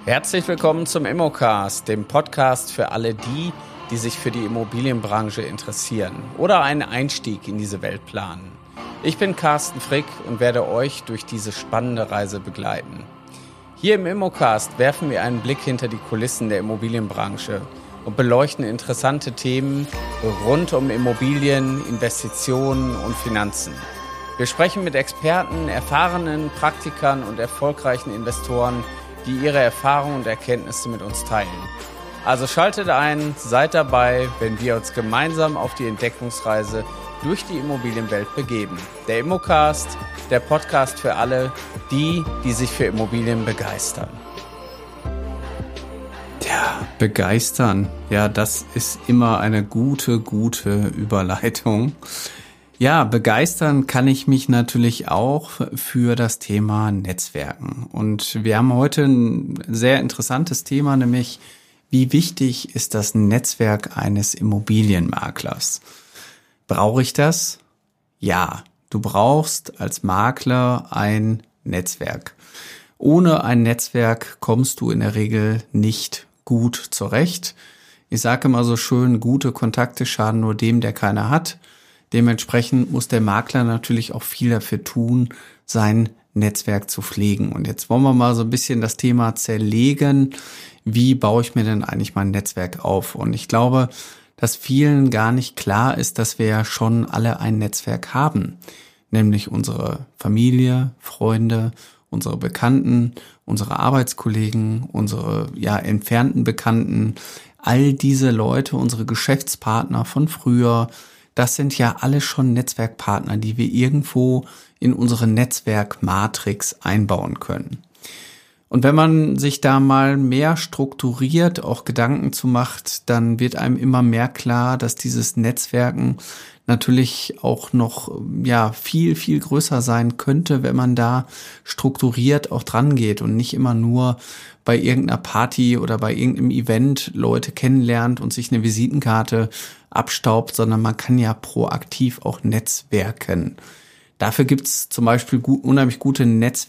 Herzlich willkommen zum Immocast, dem Podcast für alle die, die sich für die Immobilienbranche interessieren oder einen Einstieg in diese Welt planen. Ich bin Carsten Frick und werde euch durch diese spannende Reise begleiten. Hier im Immocast werfen wir einen Blick hinter die Kulissen der Immobilienbranche und beleuchten interessante Themen rund um Immobilien, Investitionen und Finanzen. Wir sprechen mit Experten, erfahrenen Praktikern und erfolgreichen Investoren, die ihre Erfahrungen und Erkenntnisse mit uns teilen. Also schaltet ein, seid dabei, wenn wir uns gemeinsam auf die Entdeckungsreise durch die Immobilienwelt begeben. Der Immocast, der Podcast für alle, die sich für Immobilien begeistern. Ja, begeistern. Ja, das ist immer eine gute Überleitung. Ja, begeistern kann ich mich natürlich auch für das Thema Netzwerken. Und wir haben heute ein sehr interessantes Thema, nämlich wie wichtig ist das Netzwerk eines Immobilienmaklers? Brauche ich das? Ja, du brauchst als Makler ein Netzwerk. Ohne ein Netzwerk kommst du in der Regel nicht gut zurecht. Ich sage immer so schön, gute Kontakte schaden nur dem, der keine hat. Dementsprechend muss der Makler natürlich auch viel dafür tun, sein Netzwerk zu pflegen. Und jetzt wollen wir mal so ein bisschen das Thema zerlegen. Wie baue ich mir denn eigentlich mein Netzwerk auf? Und ich glaube, dass vielen gar nicht klar ist, dass wir ja schon alle ein Netzwerk haben. Nämlich unsere Familie, Freunde, unsere Bekannten, unsere Arbeitskollegen, unsere entfernten Bekannten. All diese Leute, unsere Geschäftspartner von früher, das sind ja alle schon Netzwerkpartner, die wir irgendwo in unsere Netzwerkmatrix einbauen können. Und wenn man sich da mal mehr strukturiert auch Gedanken zu macht, dann wird einem immer mehr klar, dass dieses Netzwerken natürlich auch noch viel größer sein könnte, wenn man da strukturiert auch dran geht und nicht immer nur bei irgendeiner Party oder bei irgendeinem Event Leute kennenlernt und sich eine Visitenkarte abstaubt, sondern man kann ja proaktiv auch netzwerken. Dafür gibt's zum Beispiel unheimlich gute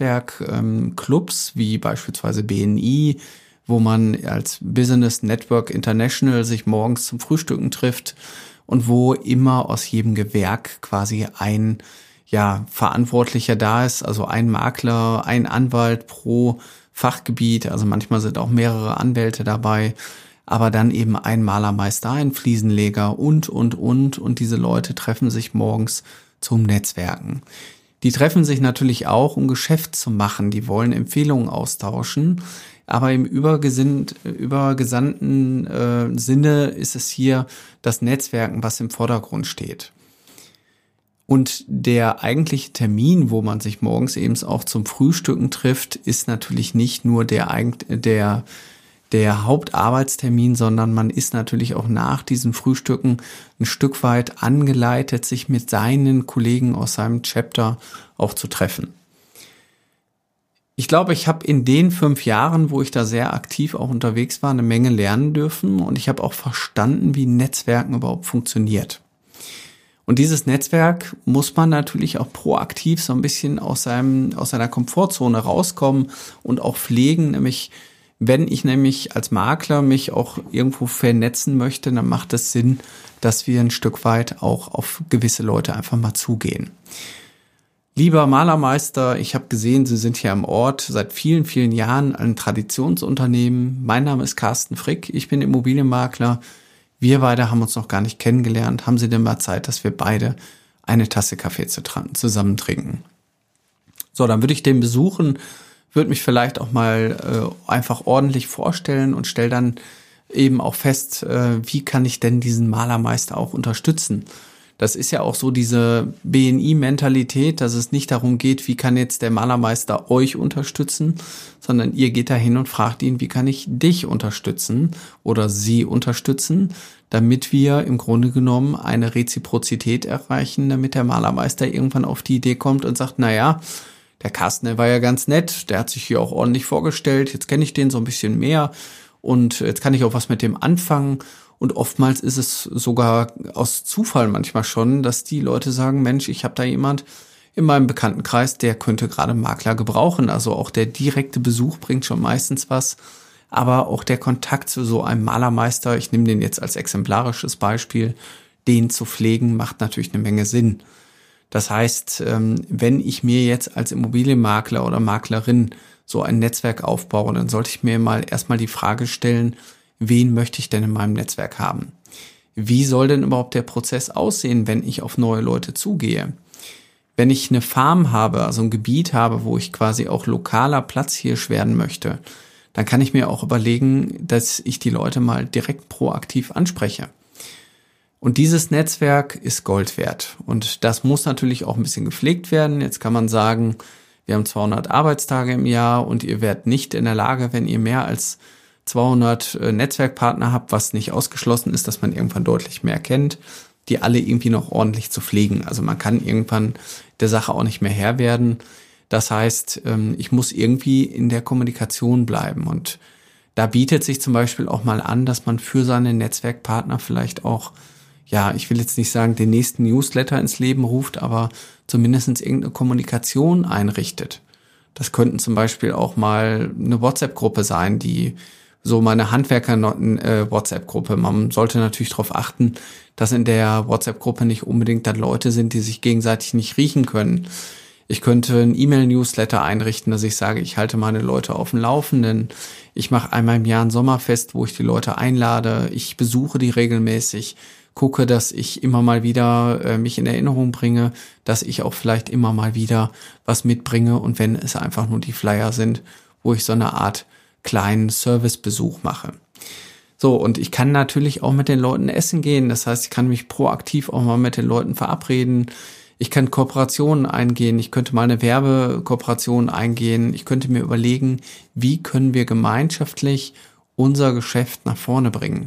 Netzwerkclubs wie beispielsweise BNI, wo man als Business Network International sich morgens zum Frühstücken trifft und wo immer aus jedem Gewerk quasi ein Verantwortlicher da ist, also ein Makler, ein Anwalt pro Fachgebiet, also manchmal sind auch mehrere Anwälte dabei, aber dann eben ein Malermeister, ein Fliesenleger und diese Leute treffen sich morgens zum Netzwerken. Die treffen sich natürlich auch, um Geschäft zu machen, die wollen Empfehlungen austauschen, aber im übergesandten Sinne ist es hier das Netzwerken, was im Vordergrund steht. Und der eigentliche Termin, wo man sich morgens eben auch zum Frühstücken trifft, ist natürlich nicht nur der Hauptarbeitstermin, sondern man ist natürlich auch nach diesem Frühstücken ein Stück weit angeleitet, sich mit seinen Kollegen aus seinem Chapter auch zu treffen. Ich glaube, ich habe in den 5 Jahren, wo ich da sehr aktiv auch unterwegs war, eine Menge lernen dürfen und ich habe auch verstanden, wie Netzwerken überhaupt funktioniert. Und dieses Netzwerk muss man natürlich auch proaktiv so ein bisschen aus seiner Komfortzone rauskommen und auch pflegen, nämlich wenn ich nämlich als Makler mich auch irgendwo vernetzen möchte, dann macht es Sinn, dass wir ein Stück weit auch auf gewisse Leute einfach mal zugehen. Lieber Malermeister, ich habe gesehen, Sie sind hier am Ort seit vielen Jahren ein Traditionsunternehmen. Mein Name ist Carsten Frick, ich bin Immobilienmakler. Wir beide haben uns noch gar nicht kennengelernt. Haben Sie denn mal Zeit, dass wir beide eine Tasse Kaffee zusammen trinken? So, dann würde ich den besuchen, würde mich vielleicht auch mal einfach ordentlich vorstellen und stelle dann eben auch fest, wie kann ich denn diesen Malermeister auch unterstützen? Das ist ja auch so diese BNI-Mentalität, dass es nicht darum geht, wie kann jetzt der Malermeister euch unterstützen, sondern ihr geht da hin und fragt ihn, wie kann ich dich unterstützen oder sie unterstützen, damit wir im Grunde genommen eine Reziprozität erreichen, damit der Malermeister irgendwann auf die Idee kommt und sagt, naja, der Carsten, der war ja ganz nett, der hat sich hier auch ordentlich vorgestellt, jetzt kenne ich den so ein bisschen mehr und jetzt kann ich auch was mit dem anfangen. Und oftmals ist es sogar aus Zufall manchmal schon, dass die Leute sagen, Mensch, ich habe da jemand in meinem Bekanntenkreis, der könnte gerade einen Makler gebrauchen. Also auch der direkte Besuch bringt schon meistens was. Aber auch der Kontakt zu so einem Malermeister, ich nehme den jetzt als exemplarisches Beispiel, den zu pflegen, macht natürlich eine Menge Sinn. Das heißt, wenn ich mir jetzt als Immobilienmakler oder Maklerin so ein Netzwerk aufbaue, dann sollte ich mir mal erstmal die Frage stellen, wen möchte ich denn in meinem Netzwerk haben? Wie soll denn überhaupt der Prozess aussehen, wenn ich auf neue Leute zugehe? Wenn ich eine Farm habe, also ein Gebiet habe, wo ich quasi auch lokaler Platzhirsch werden möchte, dann kann ich mir auch überlegen, dass ich die Leute mal direkt proaktiv anspreche. Und dieses Netzwerk ist Gold wert. Und das muss natürlich auch ein bisschen gepflegt werden. Jetzt kann man sagen, wir haben 200 Arbeitstage im Jahr und ihr werdet nicht in der Lage, wenn ihr mehr als 200 Netzwerkpartner habt, was nicht ausgeschlossen ist, dass man irgendwann deutlich mehr kennt, die alle irgendwie noch ordentlich zu pflegen. Also man kann irgendwann der Sache auch nicht mehr Herr werden. Das heißt, ich muss irgendwie in der Kommunikation bleiben. Und da bietet sich zum Beispiel auch mal an, dass man für seine Netzwerkpartner vielleicht auch, ja, ich will jetzt nicht sagen, den nächsten Newsletter ins Leben ruft, aber zumindest irgendeine Kommunikation einrichtet. Das könnten zum Beispiel auch mal eine WhatsApp-Gruppe sein, die so meine Handwerker-WhatsApp-Gruppe. Man sollte natürlich darauf achten, dass in der WhatsApp-Gruppe nicht unbedingt dann Leute sind, die sich gegenseitig nicht riechen können. Ich könnte einen E-Mail-Newsletter einrichten, dass ich sage, ich halte meine Leute auf dem Laufenden. Ich mache einmal im Jahr ein Sommerfest, wo ich die Leute einlade. Ich besuche die regelmäßig, gucke, dass ich immer mal wieder mich in Erinnerung bringe, dass ich auch vielleicht immer mal wieder was mitbringe. Und wenn es einfach nur die Flyer sind, wo ich so eine Art kleinen Servicebesuch mache. So, und ich kann natürlich auch mit den Leuten essen gehen. Das heißt, ich kann mich proaktiv auch mal mit den Leuten verabreden. Ich kann Kooperationen eingehen. Ich könnte mal eine Werbekooperation eingehen. Ich könnte mir überlegen, wie können wir gemeinschaftlich unser Geschäft nach vorne bringen.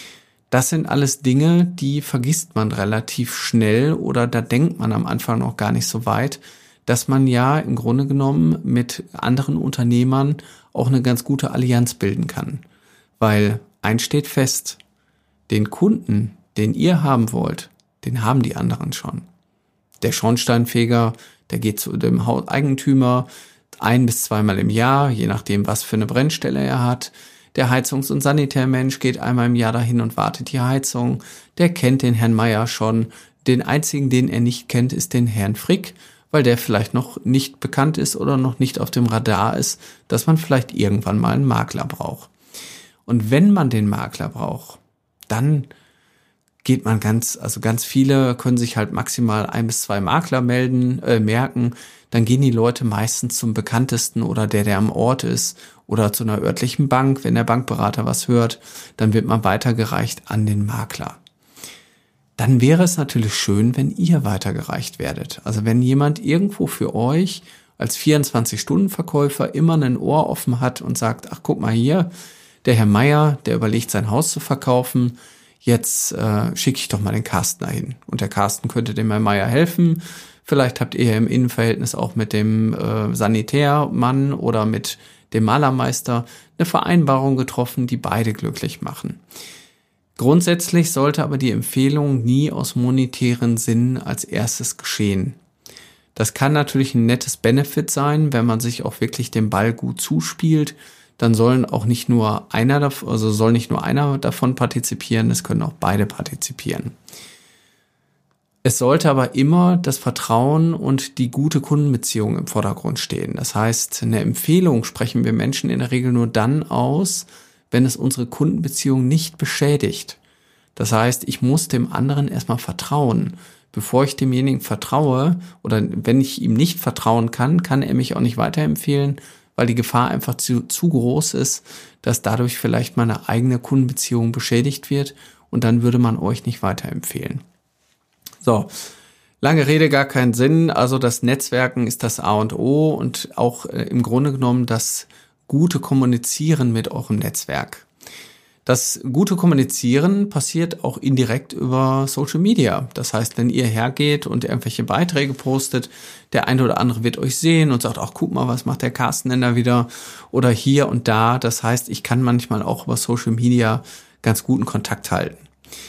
Das sind alles Dinge, die vergisst man relativ schnell oder da denkt man am Anfang noch gar nicht so weit, dass man ja im Grunde genommen mit anderen Unternehmern auch eine ganz gute Allianz bilden kann. Weil eins steht fest, den Kunden, den ihr haben wollt, den haben die anderen schon. Der Schornsteinfeger, der geht zu dem Hauseigentümer 1- bis 2-mal im Jahr, je nachdem, was für eine Brennstelle er hat. Der Heizungs- und Sanitärmensch geht einmal im Jahr dahin und wartet die Heizung. Der kennt den Herrn Meier schon. Den einzigen, den er nicht kennt, ist den Herrn Frick, weil der vielleicht noch nicht bekannt ist oder noch nicht auf dem Radar ist, dass man vielleicht irgendwann mal einen Makler braucht. Und wenn man den Makler braucht, dann geht man ganz viele können sich halt maximal 1 bis 2 Makler merken, dann gehen die Leute meistens zum bekanntesten oder der am Ort ist oder zu einer örtlichen Bank. Wenn der Bankberater was hört, dann wird man weitergereicht an den Makler. Dann wäre es natürlich schön, wenn ihr weitergereicht werdet. Also wenn jemand irgendwo für euch als 24-Stunden-Verkäufer immer ein Ohr offen hat und sagt, ach guck mal hier, der Herr Meier, der überlegt sein Haus zu verkaufen, jetzt schicke ich doch mal den Carsten dahin. Und der Carsten könnte dem Herrn Meier helfen. Vielleicht habt ihr im Innenverhältnis auch mit dem Sanitärmann oder mit dem Malermeister eine Vereinbarung getroffen, die beide glücklich machen. Grundsätzlich sollte aber die Empfehlung nie aus monetären Sinnen als erstes geschehen. Das kann natürlich ein nettes Benefit sein, wenn man sich auch wirklich den Ball gut zuspielt. Dann soll nicht nur einer davon partizipieren, es können auch beide partizipieren. Es sollte aber immer das Vertrauen und die gute Kundenbeziehung im Vordergrund stehen. Das heißt, eine Empfehlung sprechen wir Menschen in der Regel nur dann aus, wenn es unsere Kundenbeziehung nicht beschädigt. Das heißt, ich muss dem anderen erstmal vertrauen. Bevor ich demjenigen vertraue oder wenn ich ihm nicht vertrauen kann, kann er mich auch nicht weiterempfehlen, weil die Gefahr einfach zu groß ist, dass dadurch vielleicht meine eigene Kundenbeziehung beschädigt wird und dann würde man euch nicht weiterempfehlen. So, lange Rede, gar keinen Sinn. Also das Netzwerken ist das A und O und auch im Grunde genommen das gute Kommunizieren mit eurem Netzwerk. Das gute Kommunizieren passiert auch indirekt über Social Media. Das heißt, wenn ihr hergeht und irgendwelche Beiträge postet, der eine oder andere wird euch sehen und sagt, ach guck mal, was macht der Carsten denn da wieder? Oder hier und da. Das heißt, ich kann manchmal auch über Social Media ganz guten Kontakt halten.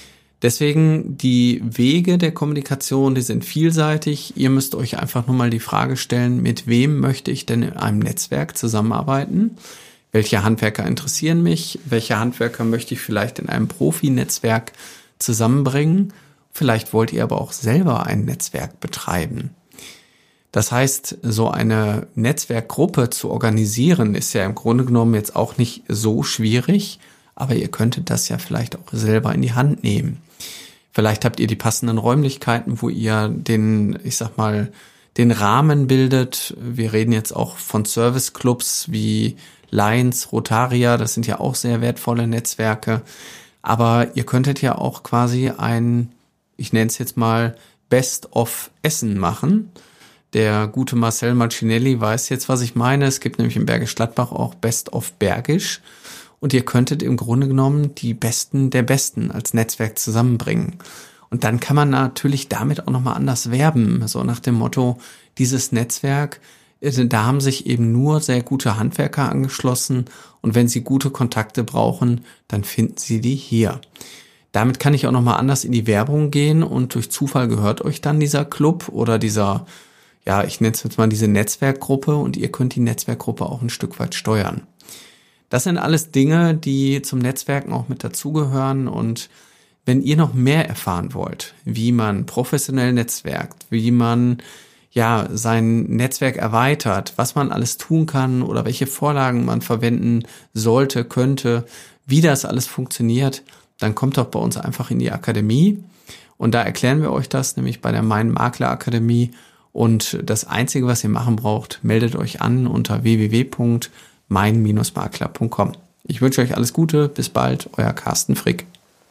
Deswegen die Wege der Kommunikation, die sind vielseitig. Ihr müsst euch einfach nur mal die Frage stellen, mit wem möchte ich denn in einem Netzwerk zusammenarbeiten? Welche Handwerker interessieren mich? Welche Handwerker möchte ich vielleicht in einem Profi-Netzwerk zusammenbringen? Vielleicht wollt ihr aber auch selber ein Netzwerk betreiben. Das heißt, so eine Netzwerkgruppe zu organisieren, ist ja im Grunde genommen jetzt auch nicht so schwierig, aber ihr könntet das ja vielleicht auch selber in die Hand nehmen. Vielleicht habt ihr die passenden Räumlichkeiten, wo ihr den Rahmen bildet. Wir reden jetzt auch von Serviceclubs wie Lions, Rotaria, das sind ja auch sehr wertvolle Netzwerke. Aber ihr könntet ja auch quasi ich nenne es jetzt mal Best-of-Essen machen. Der gute Marcel Marcinelli weiß jetzt, was ich meine. Es gibt nämlich in Bergisch Gladbach auch Best-of-Bergisch. Und ihr könntet im Grunde genommen die Besten der Besten als Netzwerk zusammenbringen. Und dann kann man natürlich damit auch nochmal anders werben. So nach dem Motto, dieses Netzwerk, da haben sich eben nur sehr gute Handwerker angeschlossen. Und wenn sie gute Kontakte brauchen, dann finden sie die hier. Damit kann ich auch nochmal anders in die Werbung gehen. Und durch Zufall gehört euch dann dieser Club oder ich nenne es jetzt mal diese Netzwerkgruppe. Und ihr könnt die Netzwerkgruppe auch ein Stück weit steuern. Das sind alles Dinge, die zum Netzwerken auch mit dazugehören. Und wenn ihr noch mehr erfahren wollt, wie man professionell netzwerkt, wie man sein Netzwerk erweitert, was man alles tun kann oder welche Vorlagen man verwenden sollte, könnte, wie das alles funktioniert, dann kommt doch bei uns einfach in die Akademie. Und da erklären wir euch das, nämlich bei der Mein Makler Akademie. Und das Einzige, was ihr machen braucht, meldet euch an unter www.mein-makler.com. Ich wünsche euch alles Gute, bis bald, euer Carsten Frick.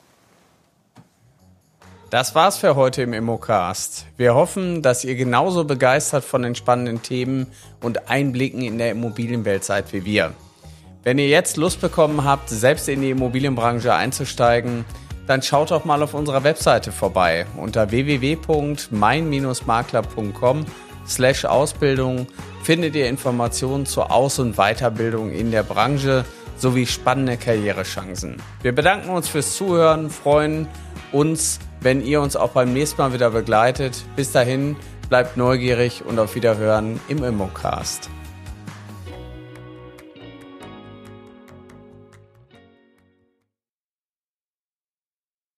Das war's für heute im Immocast. Wir hoffen, dass ihr genauso begeistert von den spannenden Themen und Einblicken in der Immobilienwelt seid wie wir. Wenn ihr jetzt Lust bekommen habt, selbst in die Immobilienbranche einzusteigen, dann schaut doch mal auf unserer Webseite vorbei. Unter www.mein-makler.com/Ausbildung findet ihr Informationen zur Aus- und Weiterbildung in der Branche sowie spannende Karrierechancen. Wir bedanken uns fürs Zuhören, freuen uns, wenn ihr uns auch beim nächsten Mal wieder begleitet. Bis dahin, bleibt neugierig und auf Wiederhören im Immocast.